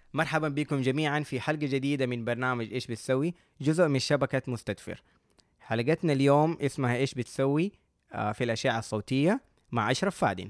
مرحبا بكم جميعا في حلقة جديدة من برنامج إيش بتسوي، جزء من شبكة مستدفر. حلقتنا اليوم اسمها إيش بتسوي في الأشعة الصوتية مع أشرف فادن.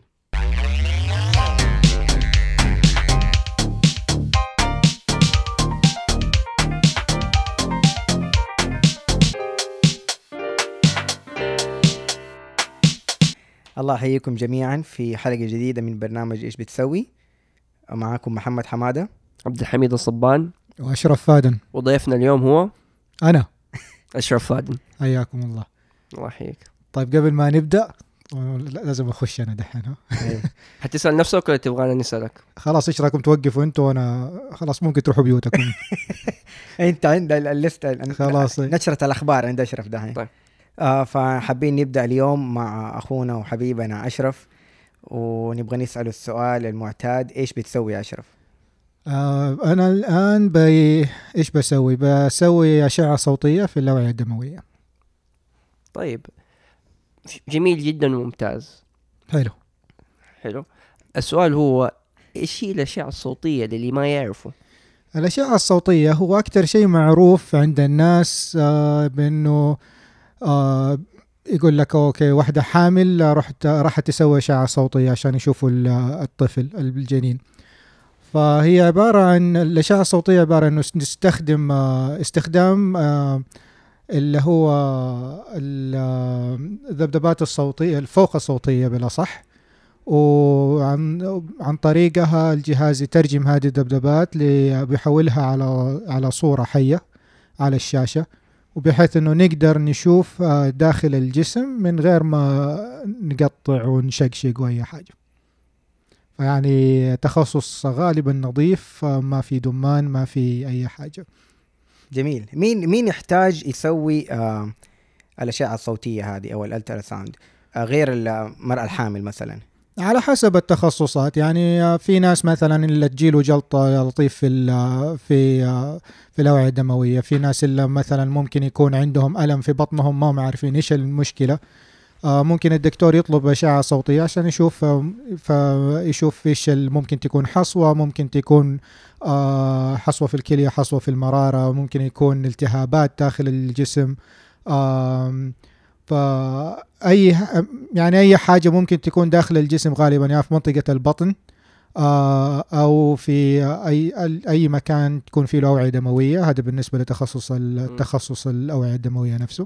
الله يحييكم جميعا في حلقة جديدة من برنامج إيش بتسوي. معكم محمد حمادة، عبد الحميد الصبان، وأشرف فادن. وضيفنا اليوم هو أنا أشرف فادن. حياكم الله. الله يحييك. طيب قبل ما نبدأ لازم أخش أنا دحين. حتسأل نفسك ولا تبغانا نسألك؟ خلاص إيش رأيكم توقفوا أنتوا وأنا خلاص ممكن تروحوا بيوتكم. أنت عند الليستة خلاص نشرة الأخبار عند أشرف دحين. طيب. فحابين نبدأ اليوم مع أخونا وحبيبنا أشرف، ونبغى نسأله السؤال المعتاد: إيش بتسوي يا أشرف؟ أنا الآن إيش بسوي أشعة صوتية في الأوعية الدموية. طيب جميل جدا وممتاز. حلو. السؤال هو إيش هي الأشعة الصوتية للي ما يعرفوا؟ الأشعة الصوتية هو أكتر شيء معروف عند الناس بأنه يقول لك أوكي واحدة حامل راحت تسوي أشعة صوتية عشان يشوفوا الطفل الجنين. فهي عبارة عن الأشعة الصوتية عبارة عن نستخدم استخدام اللي هو الذبذبات الصوتية الفوق الصوتية بالأصح، وعن طريقها الجهاز يترجم هذه الذبذبات بيحولها على صورة حية على الشاشة، وبحيث انه نقدر نشوف داخل الجسم من غير ما نقطع ونشقشق واي حاجة. فيعني تخصص غالبا نظيف، ما في دمان ما في اي حاجة. جميل. مين يحتاج يسوي الأشعة الصوتية هذه او الالتراساوند غير المرأة الحامل مثلا؟ على حسب التخصصات. يعني في ناس مثلا اللي تجيله جلطة لطيف في الأوعية الدموية، في ناس اللي مثلا ممكن يكون عندهم ألم في بطنهم ما عارفين إيش المشكلة، ممكن الدكتور يطلب أشعة صوتية عشان يشوف إيش ممكن تكون حصوة، ممكن تكون حصوة في الكلية، حصوة في المرارة، ممكن يكون التهابات داخل الجسم. أي حاجة ممكن تكون داخل الجسم غالبا يا في منطقة البطن أو في أي مكان تكون فيه الأوعية الدموية. هذا بالنسبة لتخصص الأوعية الدموية نفسه.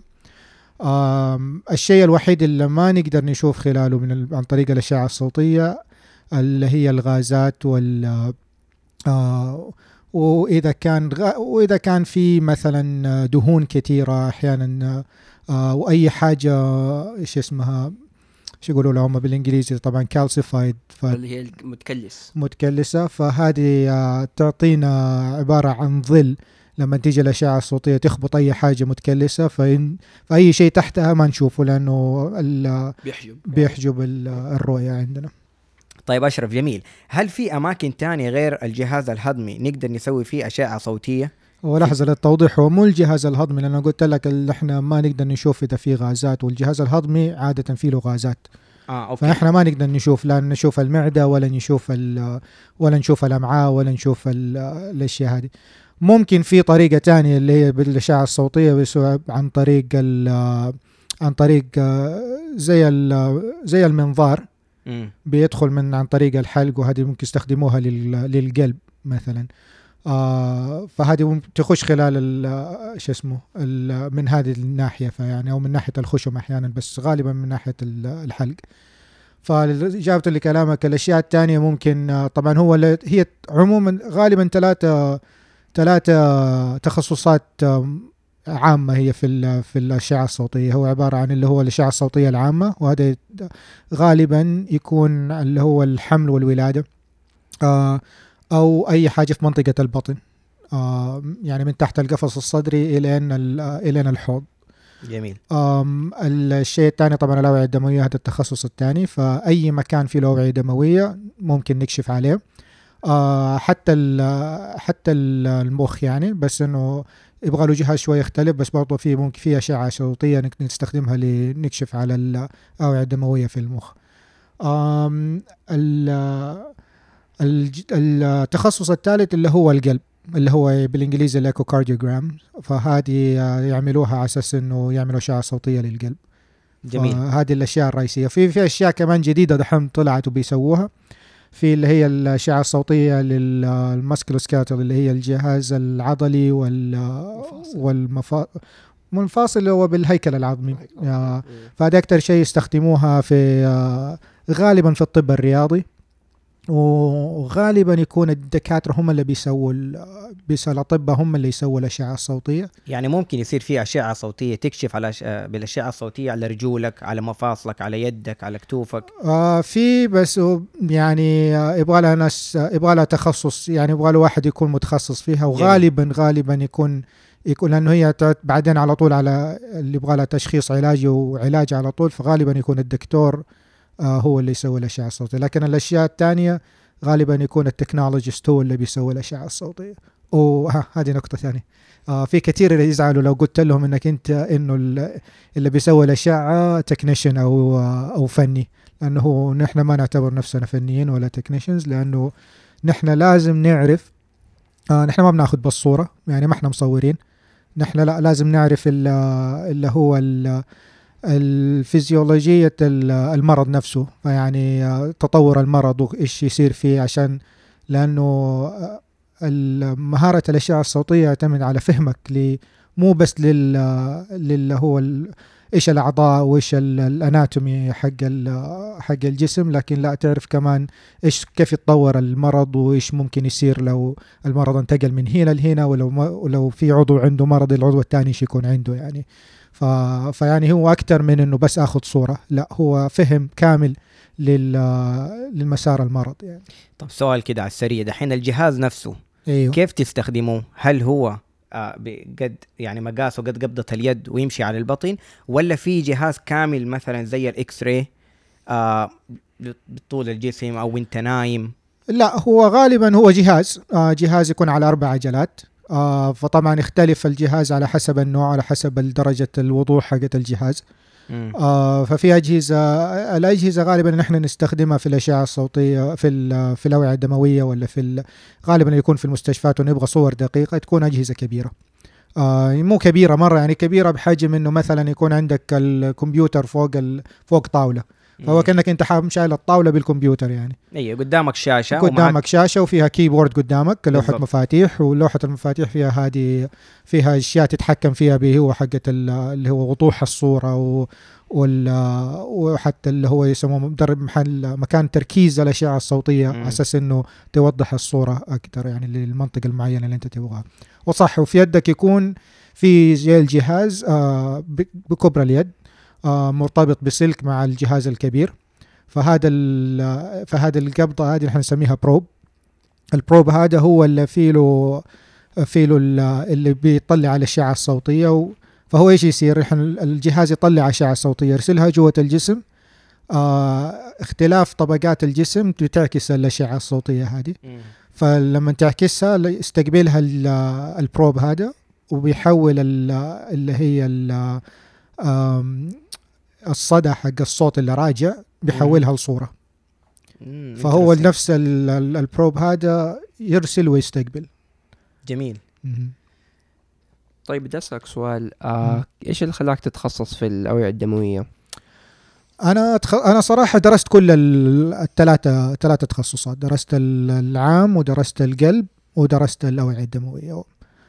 الشيء الوحيد اللي ما نقدر نشوف خلاله عن طريق الأشعة الصوتية اللي هي الغازات وإذا كان في مثلا دهون كثيرة أحيانا، وأي حاجة إيش اسمها إيش يقولوا لهم بالإنجليزي طبعا كالسيفايد، اللي هي متكلسة. فهذه تعطينا عبارة عن ظل. لما تيجي الأشعة الصوتية تخبط أي حاجة متكلسة فأي شيء تحتها ما نشوفه لأنه بيحجب الرؤية عندنا. طيب أشرف، جميل. هل في أماكن تانية غير الجهاز الهضمي نقدر نسوي فيه أشعة صوتية؟ ولحظة للتوضيح، هو مو الجهاز الهضمي، لأنه قلت لك إحنا ما نقدر نشوف إذا في غازات، والجهاز الهضمي عادة فيه له غازات. أوكي. فإحنا ما نقدر نشوف، لا نشوف المعدة ولا نشوف الأمعاء ولا نشوف الأشياء هذه. ممكن في طريقة تانية اللي هي بالأشعة الصوتية بس عن طريق زي المنظار بيدخل عن طريق الحلق، وهذه ممكن يستخدموها للقلب مثلا. فهذه ممكن تخش خلال من هذه الناحية، فيعني أو من ناحية الخشم أحيانا، بس غالبا من ناحية الحلق. فإجابة لكلامك الأشياء التانية ممكن طبعا هي عموما غالبا ثلاثة تخصصات عامة هي في الأشعة الصوتية. هو عبارة عن اللي هو الأشعة الصوتية العامة، وهذا غالبا يكون اللي هو الحمل والولادة، أو أي حاجة في منطقة البطن، يعني من تحت القفص الصدري إلى الحوض. جميل. الشيء الثاني طبعا الأوعية الدموية، هذا التخصص الثاني. فأي مكان فيه الأوعية الدموية ممكن نكشف عليه، حتى المخ يعني، بس إنه يبغى له جهاز شوي يختلف، بس برضو ممكن في أشعة صوتية نستخدمها لنكشف على الأوعية الدموية في المخ. التخصص الثالث اللي هو القلب، اللي هو بالانجليزي الايكوكارديوجرام، فهذه يعملوها على اساس انه يعملوا اشعه صوتيه للقلب. جميل. هذه الاشياء الرئيسيه. في اشياء كمان جديده دحين طلعت وبيسووها، في اللي هي الاشعه الصوتيه للماسكولوسكاتل اللي هي الجهاز العضلي والمنفاصل اللي هو بالهيكل العظمي. فهذا اكثر شيء يستخدموها في غالبا في الطب الرياضي، وغالبا يكون الدكاتره هم اللي بيسووا الأطباء هم اللي يسووا الاشعه الصوتيه. يعني ممكن يصير في اشعه صوتيه تكشف على بالاشعه الصوتيه على رجولك، على مفاصلك، على يدك، على كتوفك. في بس يعني يبغى لها ناس، يبغى لها تخصص، يعني يبغى له واحد يكون متخصص فيها، وغالبا يكون لانه هي بعدين على طول على اللي يبغى لها تشخيص علاجي وعلاج على طول، فغالبا يكون الدكتور هو اللي يسوي الاشعه الصوتيه. لكن الاشياء الثانيه غالبا يكون التكنولوجيست هو اللي بيسوي الاشعه الصوتيه. وهذه نقطه ثانيه، في كثير اللي يزعلوا لو قلت لهم انك انه اللي بيسوي الاشعه تكنيشن او فني، لانه نحن ما نعتبر نفسنا فنيين ولا تكنيشنز، لانه نحن لازم نعرف، نحن ما بناخذ بالصوره، يعني ما احنا مصورين، نحن لا لازم نعرف اللي هو الفيزيولوجية المرض نفسه، يعني تطور المرض وإيش يصير فيه، عشان لأنه مهارة الأشعة الصوتية يعتمد على فهمك مو بس للي هو إيش الأعضاء وإيش الأناتومي حق الجسم، لكن لا تعرف كمان إيش كيف يتطور المرض وإيش ممكن يصير لو المرض انتقل من هنا لهنا، ولو في عضو عنده مرض العضو الثاني إيش يكون عنده يعني. فيعني هو أكتر من إنه بس أخذ صورة، لا هو فهم كامل للمسار المرض يعني. طب سؤال كده على السريع، دحين الجهاز نفسه أيوه. كيف تستخدمه؟ هل هو بقد يعني مقاسه قد قبضة اليد ويمشي على البطن، ولا في جهاز كامل مثلا زي الإكس راي بطول الجسم أو وانت نايم؟ لا هو غالبا هو جهاز يكون على 4 عجلات. فطبعا يختلف الجهاز على حسب النوع، على حسب درجة الوضوح حقة الجهاز. ففي الأجهزة غالبا نحن نستخدمها في الأشعة الصوتية في الأوعية الدموية، ولا غالبا يكون في المستشفيات ونبغى صور دقيقة، تكون أجهزة كبيرة. مو كبيرة مرة، يعني كبيرة بحجم إنه مثلا يكون عندك الكمبيوتر فوق طاولة، فهو كأنك انت شايل الطاولة بالكمبيوتر يعني. ايوه قدامك شاشة، شاشة وفيها كيبورد قدامك، لوحة مفاتيح، ولوحة المفاتيح فيها اشياء تتحكم فيها به، هو حقة اللي هو وضوح الصورة وحتى اللي هو يسموه مدرب مكان تركيز الأشعة الصوتية على أساس إنه توضح الصورة أكثر يعني للمنطقة المعينة اللي أنت تبغاها. وصح، وفي يدك يكون في زي الجهاز بكبر اليد مرتبط بسلك مع الجهاز الكبير. فهذا القبضة هذه نحن نسميها بروب. البروب هذا هو اللي فيه له اللي بيطلع على الأشعة الصوتية. فهو ايش يصير؟ الجهاز يطلع أشعة صوتية يرسلها جوة الجسم. اختلاف طبقات الجسم بتعكس الأشعة الصوتية هذه. فلما تعكسها يستقبلها البروب هذا، وبيحول اللي هي الصدى حق الصوت اللي راجع بيحولها لصورة. فهو نفس البروب هذا يرسل ويستقبل. جميل. طيب بدي أسألك سؤال، إيش اللي خلاك تتخصص في الأوعية الدموية؟ أنا صراحة درست كل الثلاثة تخصصات، درست العام ودرست القلب ودرست الأوعية الدموية.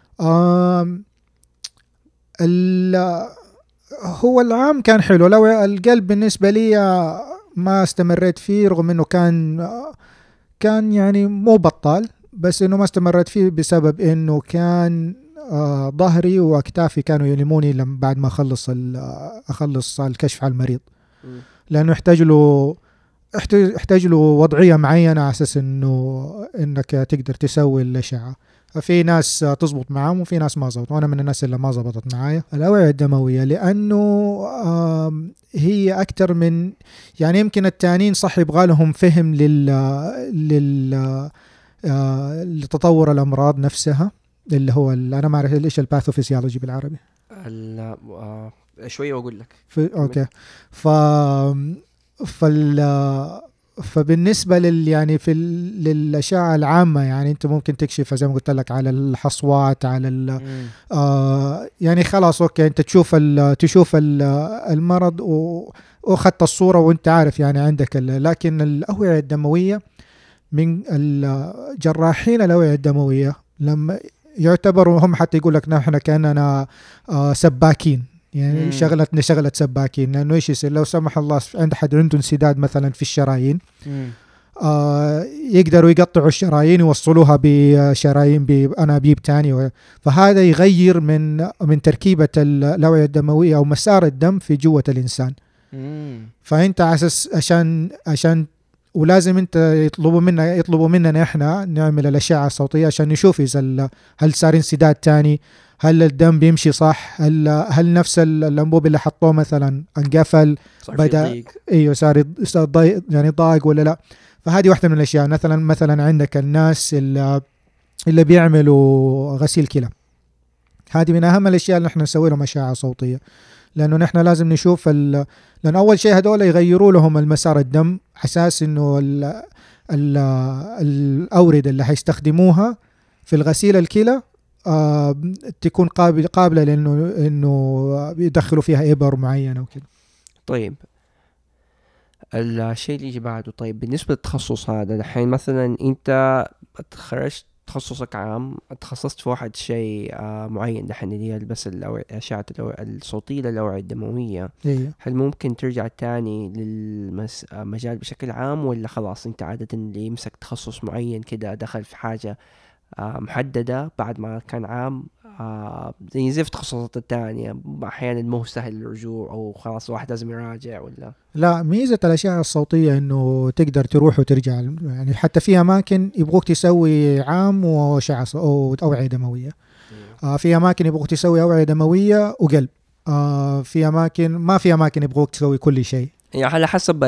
هو العام كان حلو، لو القلب بالنسبة لي ما استمريت فيه، رغم انه كان يعني مو بطال، بس انه ما استمريت فيه بسبب انه كان ظهري واكتافي كانوا يلموني لما بعد ما اخلص الكشف على المريض، لانه يحتاج له وضعية معينة على اساس انك تقدر تسوي الاشعة. ففي ناس تزبط معهم وفي ناس ما زبط، وانا من الناس اللي ما زبطت معايا الاوعية الدموية، لانه هي اكتر من يعني يمكن التانيين صح يبغى لهم فهم لتطور الامراض نفسها، اللي هو انا ما اعرف ايش الباثوفيسيولوجي بالعربي. شويه واقول لك. اوكي. فبالنسبة يعني للأشعة العامة، يعني أنت ممكن تكشف زي ما قلت لك على الحصوات، على يعني خلاص أوكي، أنت تشوف المرض وأخذت الصورة وأنت عارف يعني عندك لكن الأوعية الدموية من الجراحين الأوعية الدموية لما يعتبروا هم، حتى يقول لك نحن كأننا سباكين، يعني شغلة سباكين، لأنه إيش يصير لو سمح الله عند حد عنده انسداد مثلا في الشرايين، يقدروا يقطعوا الشرايين يوصلوها بشرايين بأنابيب تاني، فهذا يغير من تركيبة الأوعية الدموية أو مسار الدم في جوة الإنسان. فأنت عشان ولازم انت يطلبوا مننا احنا نعمل الاشعه الصوتيه عشان نشوف اذا هل صار انسداد تاني، هل الدم بيمشي صح، هل نفس الانبوب اللي حطوه مثلا انقفل، بدا صار يعني ضاق ولا لا. فهذه واحده من الاشياء. مثلا عندك الناس اللي بيعملوا غسيل كلى، هذه من اهم الاشياء اللي احنا نسوي لهم اشعه صوتيه، لانه نحن لازم نشوف لأن أول شيء هدول يغيروا لهم المسار الدم، حساس إنه الأوردة اللي هيستخدموها في الغسيل الكلى تكون قابلة لأنه يدخلوا فيها إبر معينة وكده. طيب الشيء اللي يجي بعده، طيب بالنسبة للتخصص هذا الحين، مثلا أنت تخرجت تخصصك عام، تخصصت في واحد شيء معين دحين اللي هي بس الأشعة الصوتية للأوعية الدموية. هل ممكن ترجع تاني للمجال بشكل عام، ولا خلاص انت عادة اللي يمسك تخصص معين كده دخل في حاجة محددة بعد ما كان عام زي في التخصصات التانية أحيانا مو سهل الرجوع، أو خلاص واحد لازم يراجع؟ ولا لا، ميزة الأشعة الصوتية إنه تقدر تروح وترجع، يعني حتى في أماكن يبغوك تسوي عام وأشعة أو أوعية دموية، في أماكن يبغوك تسوي أوعية دموية وقلب، في أماكن ما في أماكن يبغوك تسوي كل شيء، يعني على حسب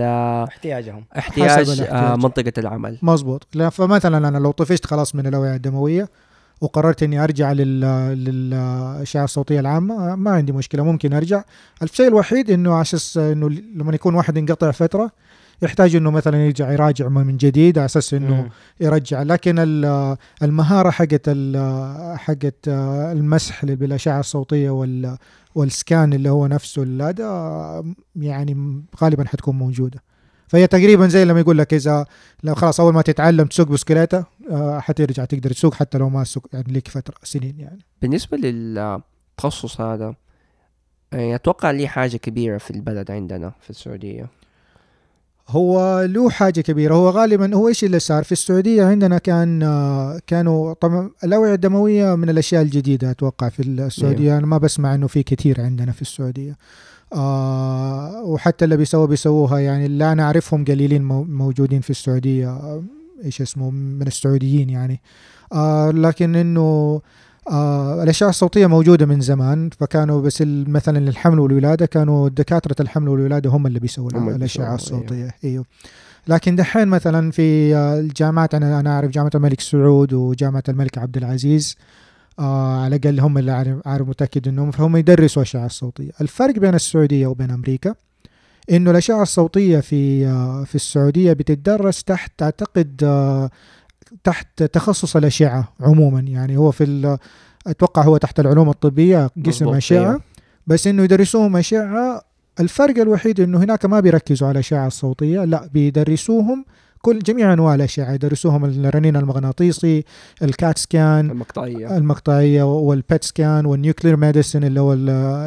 احتياج منطقة العمل. مزبوط. فمثلا أنا لو طفشت خلاص من الأوعية الدموية وقررت إني أرجع للأشعة الصوتية العامة، ما عندي مشكلة، ممكن أرجع. الشيء الوحيد إنه عشان إنه لما يكون واحد انقطع فترة يحتاج إنه مثلا يرجع يراجع من جديد على أساس إنه يرجع، لكن المهارة حقت المسح بالأشعة الصوتية والسكان اللي هو نفسه هذا يعني غالبا حتكون موجودة. فهي تقريبا زي لما يقول لك إذا لو خلاص أول ما تتعلم تسوق بسكليتة حترجع تقدر تسوق حتى لو ما سوق يعني لك فترة سنين. يعني بالنسبة للتخصص هذا يعني أتوقع ليه حاجة كبيرة في البلد عندنا في السعودية. هو له حاجة كبيرة. هو غالبا هو إيش اللي صار في السعودية عندنا كانوا طبعا الأوعية الدموية من الأشياء الجديدة أتوقع في السعودية. أنا ما بسمع إنه في كتير عندنا في السعودية، وحتى اللي بيسووها يعني اللي أنا أعرفهم قليلين موجودين في السعودية، إيش اسمه من السعوديين يعني. لكن إنه الأشعة الصوتية موجودة من زمان، فكانوا بس مثلا الحمل والولادة كانوا دكاترة الحمل والولادة هم اللي بيسووا الأشعة الصوتية. أيوه. لكن دحين مثلا في الجامعات، أنا أعرف جامعة الملك سعود وجامعة الملك عبد العزيز، على الأقل هم اللي أعرف متأكد إنهم فهم يدرسوا الأشعة الصوتية. الفرق بين السعودية وبين أمريكا إنه الأشعة الصوتية في السعودية بتدرس تحت أعتقد تحت تخصص الأشعة عموما، يعني هو أتوقع هو تحت العلوم الطبية قسم أشعة، بس إنه يدرسوهم أشعة. الفرق الوحيد إنه هناك ما بيركزوا على الأشعة الصوتية، لا بيدرسوهم جميع أنواع الأشعة، يدرسوهم الرنين المغناطيسي، الكات سكان المقطعية والبيت سكان والنيوكلير ميديسن اللي هو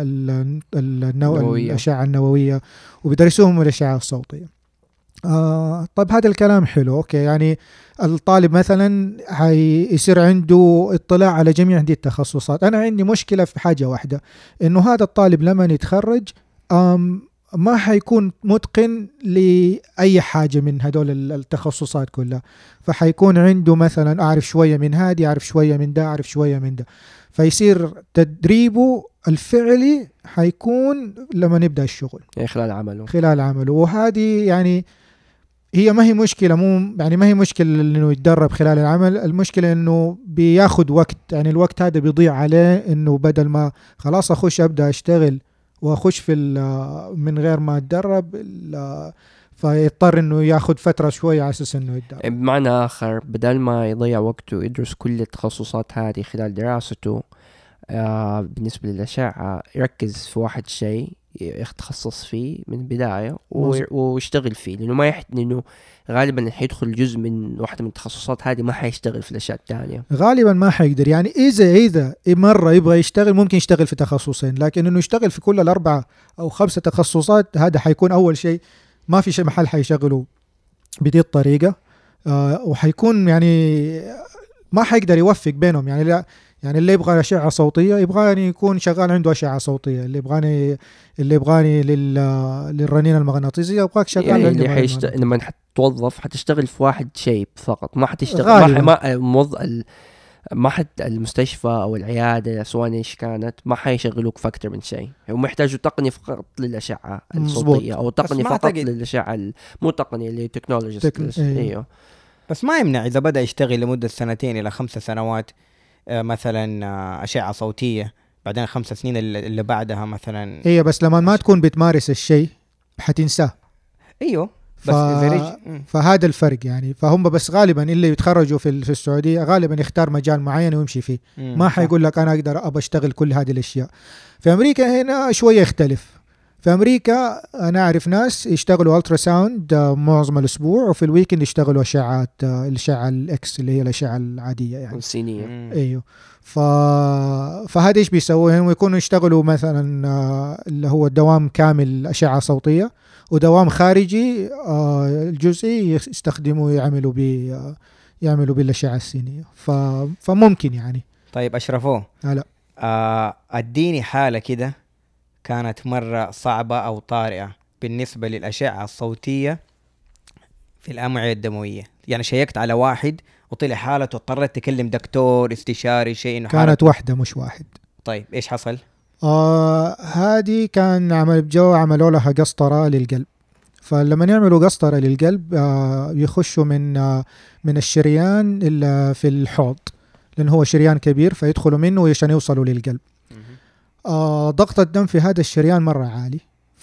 الأشعة النووية، وبيدرسوهم الأشعة الصوتية. طيب هذا الكلام حلو، أوكي. يعني الطالب مثلا هيصير عنده اطلاع على جميع هذه التخصصات. أنا عندي مشكلة في حاجة واحدة، إنه هذا الطالب لما يتخرج ما حيكون متقن لأي حاجة من هدول التخصصات كلها، فحيكون عنده مثلا أعرف شوية من هذه، أعرف شوية من ده، أعرف شوية من ده، فيصير تدريبه الفعلي حيكون لما نبدأ الشغل يعني خلال عمله. وهذه يعني هي ما هي مشكلة، ما هي مشكلة إنه يتدرب خلال العمل، المشكلة إنه بياخد وقت، يعني الوقت هذا بيضيع عليه، إنه بدل ما خلاص أخش أبدأ أشتغل وأخش من غير ما أتدرب، فيضطر انه ياخذ فتره شويه على اساس انه يتدرب. بمعنى آخر بدل ما يضيع وقته ويدرس كل التخصصات هذه خلال دراسته، بالنسبة للأشعة يركز في واحد شيء يتخصص فيه من البداية ويشتغل فيه، لأنه غالبا حيدخل جزء من واحدة من التخصصات هذه ما حيشتغل في الأشياء الثانية. غالبا ما حيقدر، يعني إذا مرة يبغى يشتغل ممكن يشتغل في تخصصين، لكن إنه يشتغل في كل 4 أو 5 تخصصات هذا حيكون أول شيء ما في شيء محل حيشغله بدي الطريقة. وحيكون يعني ما حيقدر يوفق بينهم، يعني لا، يعني اللي يبغى أشعة صوتية يبغاني يكون شغال عنده أشعة صوتية، اللي يبغاني للرنين المغناطيسية يبغاك شغال عنده. لما حتوظف حتشتغل في واحد شيء فقط، ما حتشتغل ما حد المستشفى أو العيادة سواء إيش كانت ما حيشغلوك في أكتر من شيء. هم يحتاجوا تقنية فقط للأشعة الصوتية أو تقنية فقط للأشعة مو تقنية للتكنولوجيست. أيوه. بس ما يمنع إذا بدأ يشتغل لمدة 2 إلى 5 سنوات مثلا أشعة صوتية، بعدين 5 سنين اللي بعدها مثلا. ايوه بس لما ما تكون بتمارس الشيء حتنساه. ايوه فهذا الفرق يعني. فهم بس غالبا اللي يتخرجوا في السعودية غالبا يختار مجال معين ويمشي فيه، ما حيقول لك انا اقدر ابى اشتغل كل هذه الاشياء. في امريكا هنا شوية يختلف. في امريكا انا اعرف ناس يشتغلوا الترا ساوند معظم الاسبوع، وفي الويكند يشتغلوا الاشعه الاكس اللي هي الاشعه العاديه يعني السينيه. ايوه. فهذا ايش بيسووا؟ هم يكونوا يشتغلوا مثلا اللي هو دوام كامل اشعه صوتيه، ودوام خارجي الجزئي يستخدموا يعملوا بالاشعه السينيه. فممكن يعني. طيب اشرفوا لا اديني حاله كده كانت مرة صعبة أو طارئة بالنسبة للأشعة الصوتية في الأمعية الدموية، يعني شيكت على واحد وطلع حالته اضطرت تكلم دكتور استشاري شيء إنه كانت واحدة مش واحد. طيب إيش حصل؟ هذه كان عملوا لها قسطرة للقلب. فلما يعملوا قسطرة للقلب يخشوا من الشريان اللي في الحوض، لأن هو شريان كبير فيدخلوا منه عشان يوصلوا للقلب. ضغط الدم في هذا الشريان مرة عالي،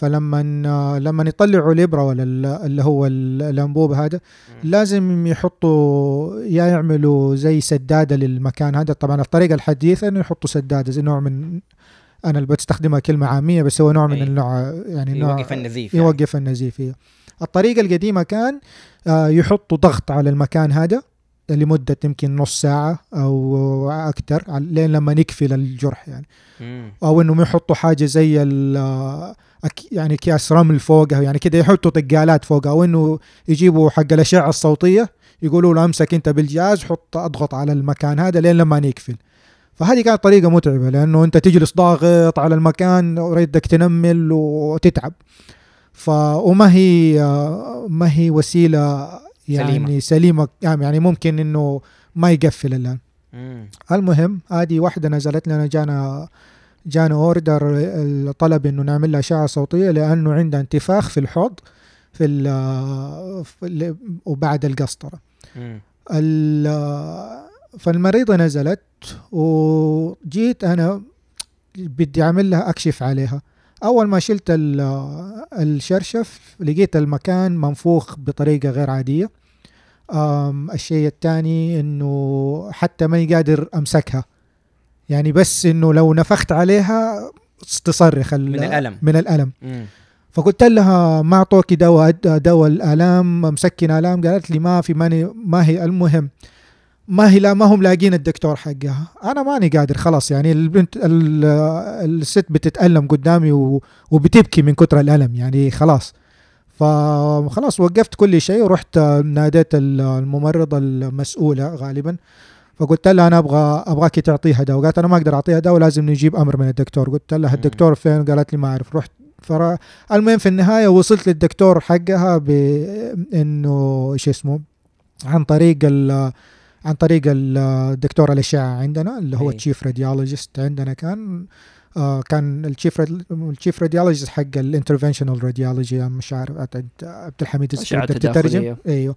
فلما يطلعوا الإبرة ولا اللي هو الأنبوب هذا لازم يحطوا يعملوا زي سدادة للمكان هذا. طبعا الطريقة الحديثة إنه يحطوا سدادة زي نوع من، أنا اللي بستخدمها كلمة عامية بس هو نوع من النوع يعني يوقف النزيف يوقف النزيف. الطريقة القديمة كان يحطوا ضغط على المكان هذا لمدة يمكن نص ساعة أو أكتر لين لما نكفل الجرح يعني. أو إنهم يحطوا حاجة زي يعني أكياس رمل فوقها يعني كده، يحطوا طقالات فوقها، أو إنه يجيبوا حق الأشعة الصوتية يقولوا له أمسك أنت بالجهاز أضغط على المكان هذا لين لما نكفل. فهذه كانت طريقة متعبة لأنه أنت تجلس ضاغط على المكان وريدك تنمل وتتعب. وما هي وسيلة يعني سليمة يعني ممكن إنه ما يقفل الآن. المهم هذه واحدة نزلت لنا جانا اوردر الطلب إنه نعمل لها أشعة صوتية لأنه عندها انتفاخ في الحوض وبعد القسطرة. فالمريضة نزلت وجيت أنا بدي أعمل لها أكشف عليها. أول ما شلت الشرشف لقيت المكان منفوخ بطريقة غير عادية. الشيء الثاني إنه حتى ما قادر أمسكها، يعني بس إنه لو نفخت عليها تصرخ من الألم. فقلت لها ما أعطوكي دواء الآلام مسكن آلام؟ قالت لي ما هي. المهم ما هم لاقين الدكتور حقها. أنا ماني قادر خلاص يعني. الست بتتألم قدامي وبتبكي من كتر الألم يعني خلاص. فخلاص وقفت كل شيء ورحت ناديت الممرضة المسؤولة غالبا، فقلت لها أنا أبغاك تعطيها دواء. قالت أنا ما أقدر أعطيها دواء، لازم نجيب أمر من الدكتور. قلت لها الدكتور فين؟ قالت لي ما أعرف. رحت المهم في النهاية وصلت للدكتور حقها بإنه إيش اسمه عن طريق الدكتور الأشعة عندنا اللي هو التشيف راديولوجيست عندنا. كان التشيف راديولوجيست حق الانترفنشنال راديولوجي، مش عارف عبد الحميد تترجم. ايوه.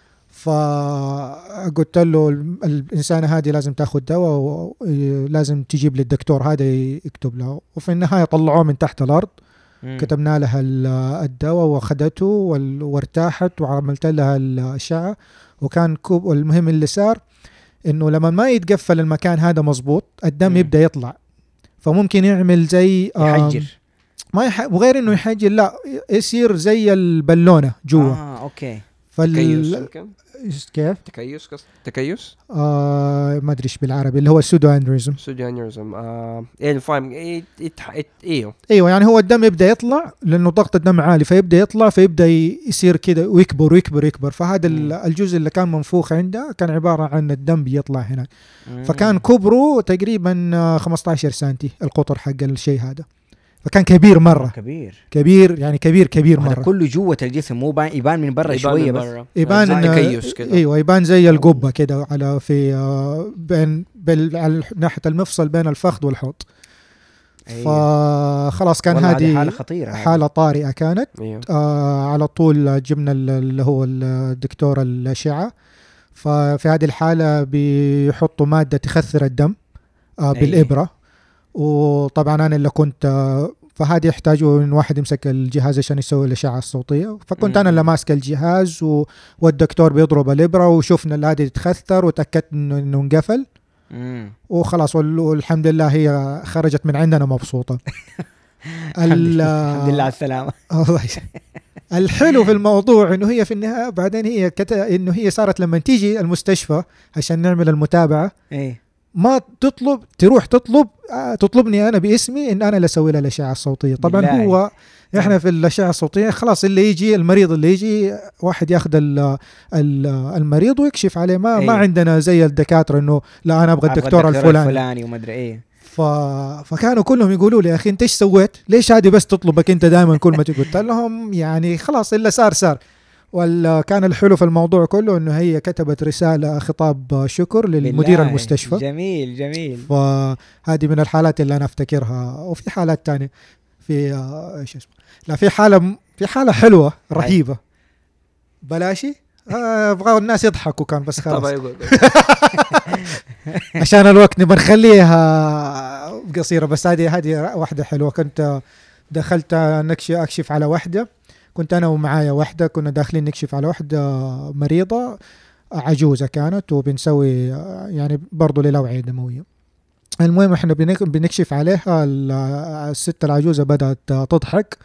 فقلت له الإنسانة هذه لازم تاخذ دواء ولازم تجيب للدكتور هذا يكتب له. وفي النهاية طلعوه من تحت الأرض كتبنا لها الدواء واخدته وارتاحت وعملت لها الأشعة وكان كوب. والمهم اللي صار انه لما ما يتقفل المكان هذا مظبوط الدم يبدأ يطلع، فممكن يعمل زي يحجر وغير انه يحجر لا يصير زي البالونة جوا. اوكي. تكيس يمكن. كيف تكيس ما ادري ايش بالعربي اللي هو السودو انوريزم. ايه فاهم. ايوه يعني هو الدم يبدا يطلع لانه ضغط الدم عالي فيبدا يطلع فيبدا يصير كده ويكبر ويكبر يكبر. فهذا الجزء اللي كان منفوخ عنده كان عباره عن الدم بيطلع هنا. فكان كبره تقريبا 15 سنتي القطر حق الشيء هذا. فكان كبير مرة كبير يعني كبير مرة. كله جوة الجسم مو يبان من برا شوية بس يبان تكيس كده. ايوه يبان زي القبة كده على في بين على ناحية المفصل بين الفخذ والحوض. فخلاص كان هذه حالة خطيرة، حالة طارئة كانت. على طول جبنا اللي هو الدكتور الأشعة. ففي هذه الحالة بيحطوا مادة تخثر الدم بالإبرة. وطبعا أنا اللي كنت فهذه يحتاجوا إن واحد يمسك الجهاز عشان يسوي الأشعة الصوتية. فكنت أنا اللي ماسك الجهاز والدكتور بيضرب الإبرة وشوفنا هذه تتخثر وتأكدت إنه انقفل وخلاص. والحمد لله هي خرجت من عندنا مبسوطة. الحمد لله على السلامة. الحلو في الموضوع إنه هي في النهاية بعدين هي إنه هي صارت لما تيجي المستشفى عشان نعمل المتابعة ما تروح تطلبني أنا باسمي إن أنا اللي أسوي لها الأشعة الصوتية. طبعا هو إحنا في الأشعة الصوتية خلاص اللي يجي المريض اللي يجي واحد ياخذ المريض ويكشف عليه. ما عندنا زي الدكاترة إنه لا أنا أبغى الدكتور الفلاني وما أدري إيه. فكانوا كلهم يقولوا لي يا أخي أنت إيش سويت؟ ليش هذه بس تطلبك أنت دائما كل ما قلت لهم يعني خلاص اللي صار. وكان الحلو في الموضوع كله انه هي كتبت رسالة خطاب شكر للمدير المستشفى. جميل. فهذه من الحالات اللي انا افتكرها. وفي حالات تانية في ايش اسمه لا في حالة حلوة رهيبة بلاشي ابغى الناس يضحكوا كان بس خلاص عشان الوقت نبغى نخليها قصيرة. بس هذه واحدة حلوة. كنت دخلت اكشف على واحدة. كنت أنا ومعايا واحدة كنا داخلين نكشف على واحدة مريضة عجوزة كانت وبنسوي يعني برضو للأوعية الدموية. المهم إحنا بنكشف عليها الست العجوزة بدأت تضحك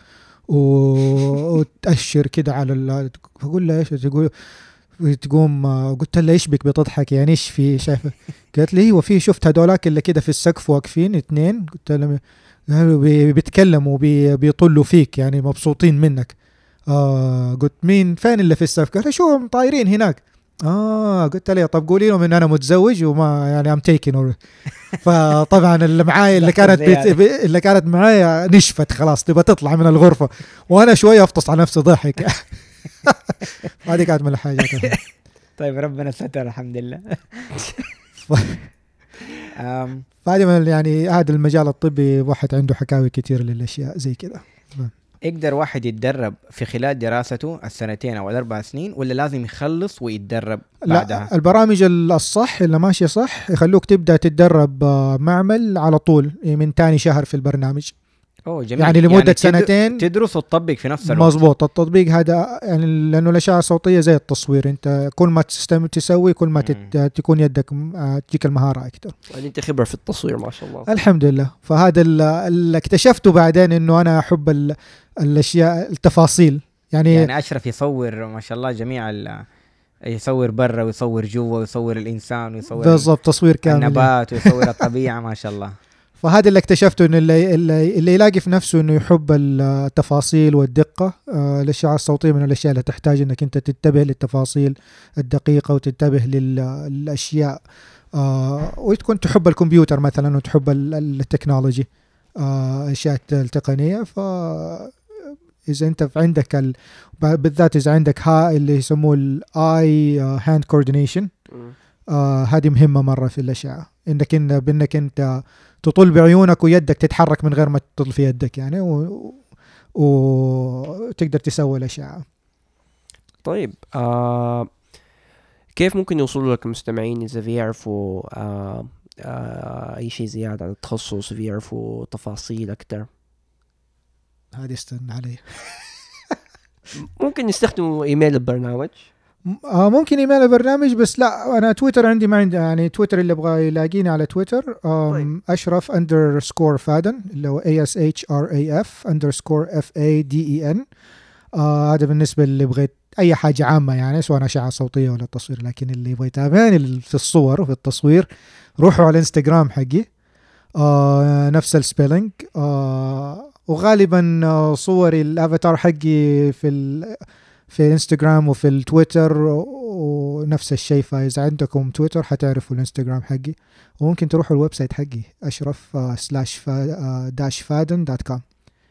وتأشر كده على فقول لها إيش تقوم قلت لها إيش بك بتضحك يعني إيش في شايفة؟ قالت لي هو في شفت هدولاك اللي كده في السقف واقفين 2. قلت لها بيتكلموا وبيطلوا فيك يعني مبسوطين منك. قلت مين فين اللي في السقف؟ قال شو طايرين هناك. قلت لي طب قولي لهم ان انا متزوج وما يعني ام تيكن. فطبعا اللي معايا اللي كانت معايا نشفت خلاص تبى تطلع من الغرفة وانا شوية افطس على نفسي ضحك. هذه كانت من الحاجات. طيب ربنا ستر الحمد لله. فهذه من يعني هذا المجال الطبي واحد عنده حكاوي كتير للأشياء زي كده. يقدر واحد يتدرب في خلال دراسته 2 أو 4 سنين ولا لازم يخلص ويتدرب بعدها؟ لا البرامج الصح اللي ماشية صح يخلوك تبدأ تتدرب معمل على طول من تاني شهر في البرنامج. جميل. يعني لمدة يعني 2 سنين تدرس وتطبق في نفس الوقت. مظبوط. التطبيق هذا يعني لأنه الأشعة الصوتية زي التصوير انت كل ما تسوي كل ما تكون يدك تجيك المهارة أكتر. يعني انت خبرة في التصوير ما شاء الله. الحمد لله. فهذا اللي اكتشفته بعدين انه انا احب الاشياء التفاصيل يعني أشرف يصور ما شاء الله جميع يصور برا ويصور جوا ويصور الإنسان ويصور بالضبط تصوير كامل النبات ويصور الطبيعة ما شاء الله. فهذا اللي اكتشفته انه اللي يلاقي في نفسه انه يحب التفاصيل والدقة. الأشعة الصوتية من الأشياء اللي تحتاج انك انت تنتبه للتفاصيل الدقيقة وتنتبه للأشياء وتكون تحب الكمبيوتر مثلا وتحب التكنولوجي الأشياء التقنية. إذا أنت عندك بالذات إذا عندك اللي يسموه الآي هاند كوردينيشن هذه مهمة مرة في الأشعة بأنك أنت تطل بعيونك ويدك تتحرك من غير ما تطل في يدك يعني وتقدر تسوي الأشعة. طيب كيف ممكن يوصلوا لك المستمعين إذا بيعرفوا أي شيء زيادة عن التخصص وبيعرفوا تفاصيل أكتر؟ هذه استنى علي. ممكن نستخدم ايميل البرنامج. ممكن ايميل البرنامج، بس لا انا تويتر عندي ما عندي، يعني تويتر اللي يبغى يلاقيني على تويتر طيب. اشرف _فادن اللي هو ASHRAF_FADEN. هذا بالنسبه اللي بغيت اي حاجه عامه يعني، سواء اشعه صوتيه ولا تصوير. لكن اللي يبغى يتابعني في الصور وفي التصوير روحوا على الانستغرام حقي نفس السبيلنج. وغالبا صوري الافاتار حقي في انستغرام وفي التويتر ونفس الشيء. فاذا عندكم تويتر حتعرفوا الانستغرام حقي، وممكن تروحوا الويب سايت حقي اشرف-faden.com.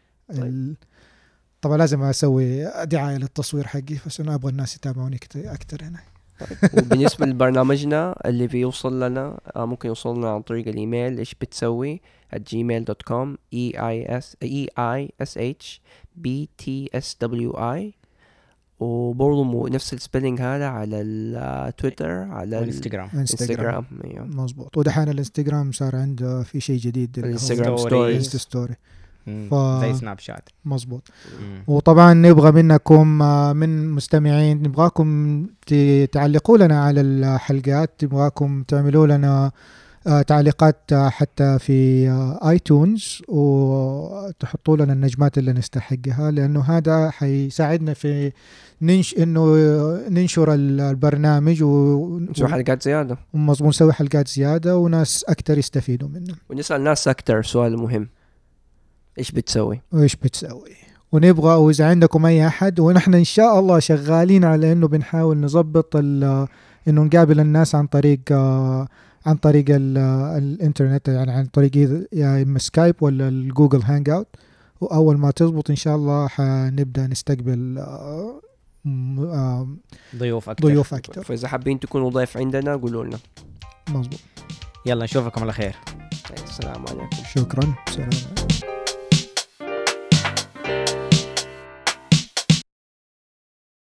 طبعا لازم اسوي دعايه للتصوير حقي، بس انا ابغى الناس يتابعوني اكثر هنا. وبالنسبة لبرنامجنا اللي بيوصل لنا ممكن يوصل لنا عن طريق الإيميل إيش بتسوي @gmail.com EISHBTSWI. وبرضو نفس السبيلنج هذا على التويتر على الانستغرام. أيوه. مظبوط. ودحين الانستغرام صار عنده في شيء جديد، الانستغرام ستوري زي سناب شات. مظبوط. وطبعا نبغى منكم من مستمعين، نبغاكم تعلقوا لنا على الحلقات، نبغاكم تعملوا لنا تعليقات حتى في ايتونز، وتحطوا لنا النجمات اللي نستحقها، لانه هذا حيساعدنا في انه ننشر البرنامج ونسوي حلقات زياده. مظبوط، نسوي حلقات زياده وناس اكثر يستفيدوا منه، ونسال ناس اكثر سؤال مهم، ايش بتسوي وايش بتسوي. ونبغى واذا عندكم اي احد، ونحن ان شاء الله شغالين على انه بنحاول نظبط انه نقابل الناس عن طريق الانترنت، يعني عن طريق يا اما سكايب ولا الجوجل هانج اوت. واول ما تزبط ان شاء الله حنبدا نستقبل ضيوف اكثر. فاذا حابين تكونوا ضيف عندنا قولوا لنا. مظبوط. يلا نشوفكم على خير. السلام عليكم. شكرا. سلام.